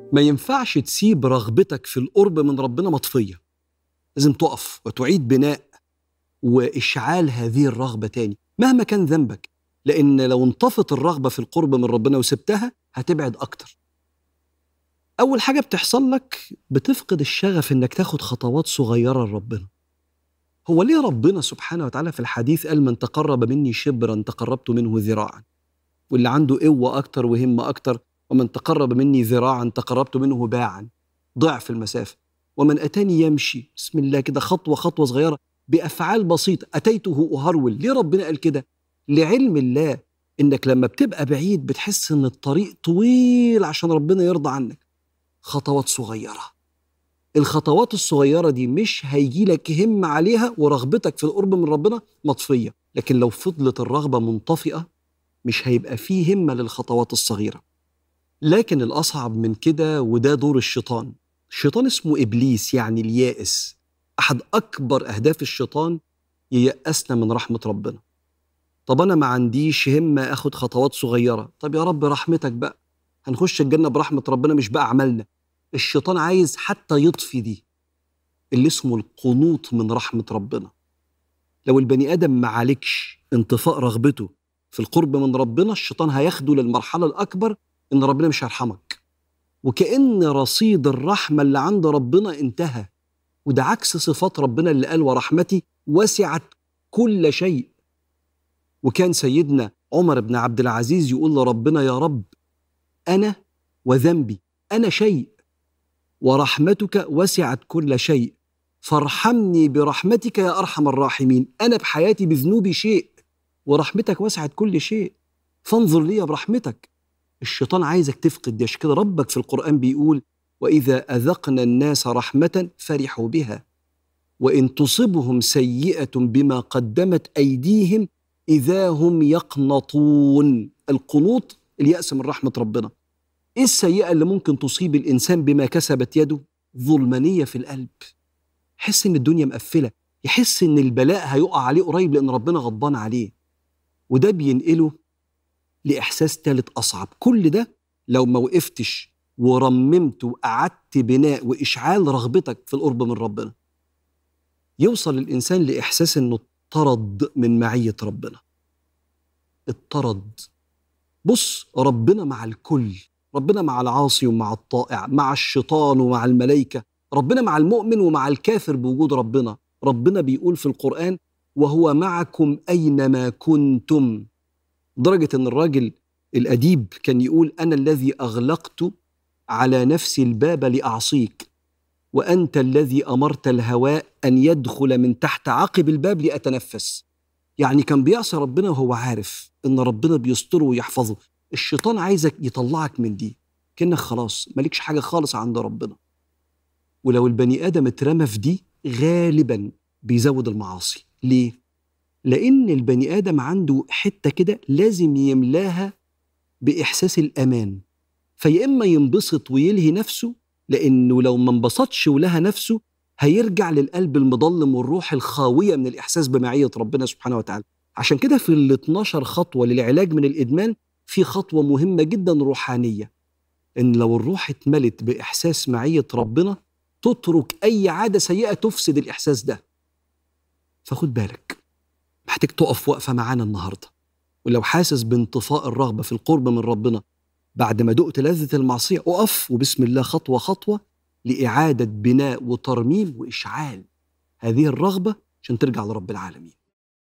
ما ينفعش تسيب رغبتك في القرب من ربنا مطفية. لازم تقف وتعيد بناء وإشعال هذه الرغبة تاني مهما كان ذنبك، لأن لو انطفت الرغبة في القرب من ربنا وسبتها هتبعد أكتر. أول حاجة بتحصل لك بتفقد الشغف إنك تاخد خطوات صغيرة لربنا. هو ليه ربنا سبحانه وتعالى في الحديث قال من تقرب مني شبرا تقربت منه ذراعا، واللي عنده قوة أكتر وهمة أكتر ومن تقرب مني ذراعا تقربت منه باعا، ضعف المسافة. ومن أتاني يمشي بسم الله كده خطوة خطوة صغيرة بأفعال بسيطة أتيته أهرول. ليه ربنا قال كده؟ لعلم الله إنك لما بتبقى بعيد بتحس إن الطريق طويل عشان ربنا يرضى عنك. خطوات صغيرة، الخطوات الصغيرة دي مش هيجي لك همة عليها ورغبتك في القرب من ربنا مطفية، لكن لو فضلت الرغبة منطفئة مش هيبقى فيه همة للخطوات الصغيرة. لكن الأصعب من كده، وده دور الشيطان. الشيطان اسمه إبليس يعني اليائس. أحد أكبر أهداف الشيطان ييأسنا من رحمة ربنا. طب أنا ما عنديش همة أخد خطوات صغيرة، طب يا رب رحمتك بقى، هنخش الجنة برحمة ربنا مش بأعمالنا. الشيطان عايز حتى يطفي دي اللي اسمه القنوط من رحمة ربنا. لو البني آدم ما عالجش انطفاء رغبته في القرب من ربنا، الشيطان هياخده للمرحلة الأكبر إن ربنا مش هيرحمك، وكأن رصيد الرحمة اللي عند ربنا انتهى. وده عكس صفات ربنا اللي قال ورحمتي وسعت كل شيء. وكان سيدنا عمر بن عبد العزيز يقول لربنا يا رب أنا وذنبي أنا شيء ورحمتك وسعت كل شيء فارحمني برحمتك يا أرحم الراحمين. أنا بحياتي بذنوبي شيء ورحمتك وسعت كل شيء فانظر لي برحمتك. الشيطان عايزك تفقد دي. عشان كده ربك في القرآن بيقول وإذا أذقنا الناس رحمة فرحوا بها وإن تصبهم سيئة بما قدمت أيديهم إذا هم يقنطون. القنوط اليأس من رحمة ربنا. إيه السيئة اللي ممكن تصيب الإنسان بما كسبت يده؟ ظلمانية في القلب، يحس إن الدنيا مقفلة، يحس إن البلاء هيقع عليه قريب لأن ربنا غضبان عليه. وده بينقله لإحساس ثالث أصعب. كل ده لو ما وقفتش ورممت وقعدت بناء وإشعال رغبتك في القرب من ربنا، يوصل الإنسان لإحساس إنه اطرد من معية ربنا. اطرد. بص، ربنا مع الكل، ربنا مع العاصي ومع الطائع، مع الشيطان ومع الملائكة، ربنا مع المؤمن ومع الكافر بوجود ربنا. ربنا بيقول في القرآن وهو معكم أينما كنتم. درجة أن الراجل الأديب كان يقول أنا الذي أغلقت على نفسي الباب لأعصيك وأنت الذي أمرت الهواء أن يدخل من تحت عقب الباب لأتنفس. يعني كان بيعصي ربنا وهو عارف أن ربنا بيستره ويحفظه. الشيطان عايزك يطلعك من دي كأنك خلاص مالكش حاجة خالص عند ربنا. ولو البني آدم اترمى في دي غالبا بيزود المعاصي. ليه؟ لأن البني آدم عنده حتة كده لازم يملاها بإحساس الأمان، فيا إما ينبسط ويلهي نفسه، لأنه لو ما انبسطش ولها نفسه هيرجع للقلب المظلم والروح الخاوية من الإحساس بمعية ربنا سبحانه وتعالى. عشان كده في ال 12 خطوة للعلاج من الإدمان في خطوة مهمة جدا روحانية، إن لو الروح اتملت بإحساس معية ربنا تترك أي عادة سيئة تفسد الإحساس ده. فخد بالك، محتاج تقف وقفة معانا النهاردة. ولو حاسس بانطفاء الرغبة في القرب من ربنا بعد ما دقت لذة المعصية، أقف وبسم الله خطوة خطوة لإعادة بناء وترميم وإشعال هذه الرغبة عشان ترجع لرب العالمين.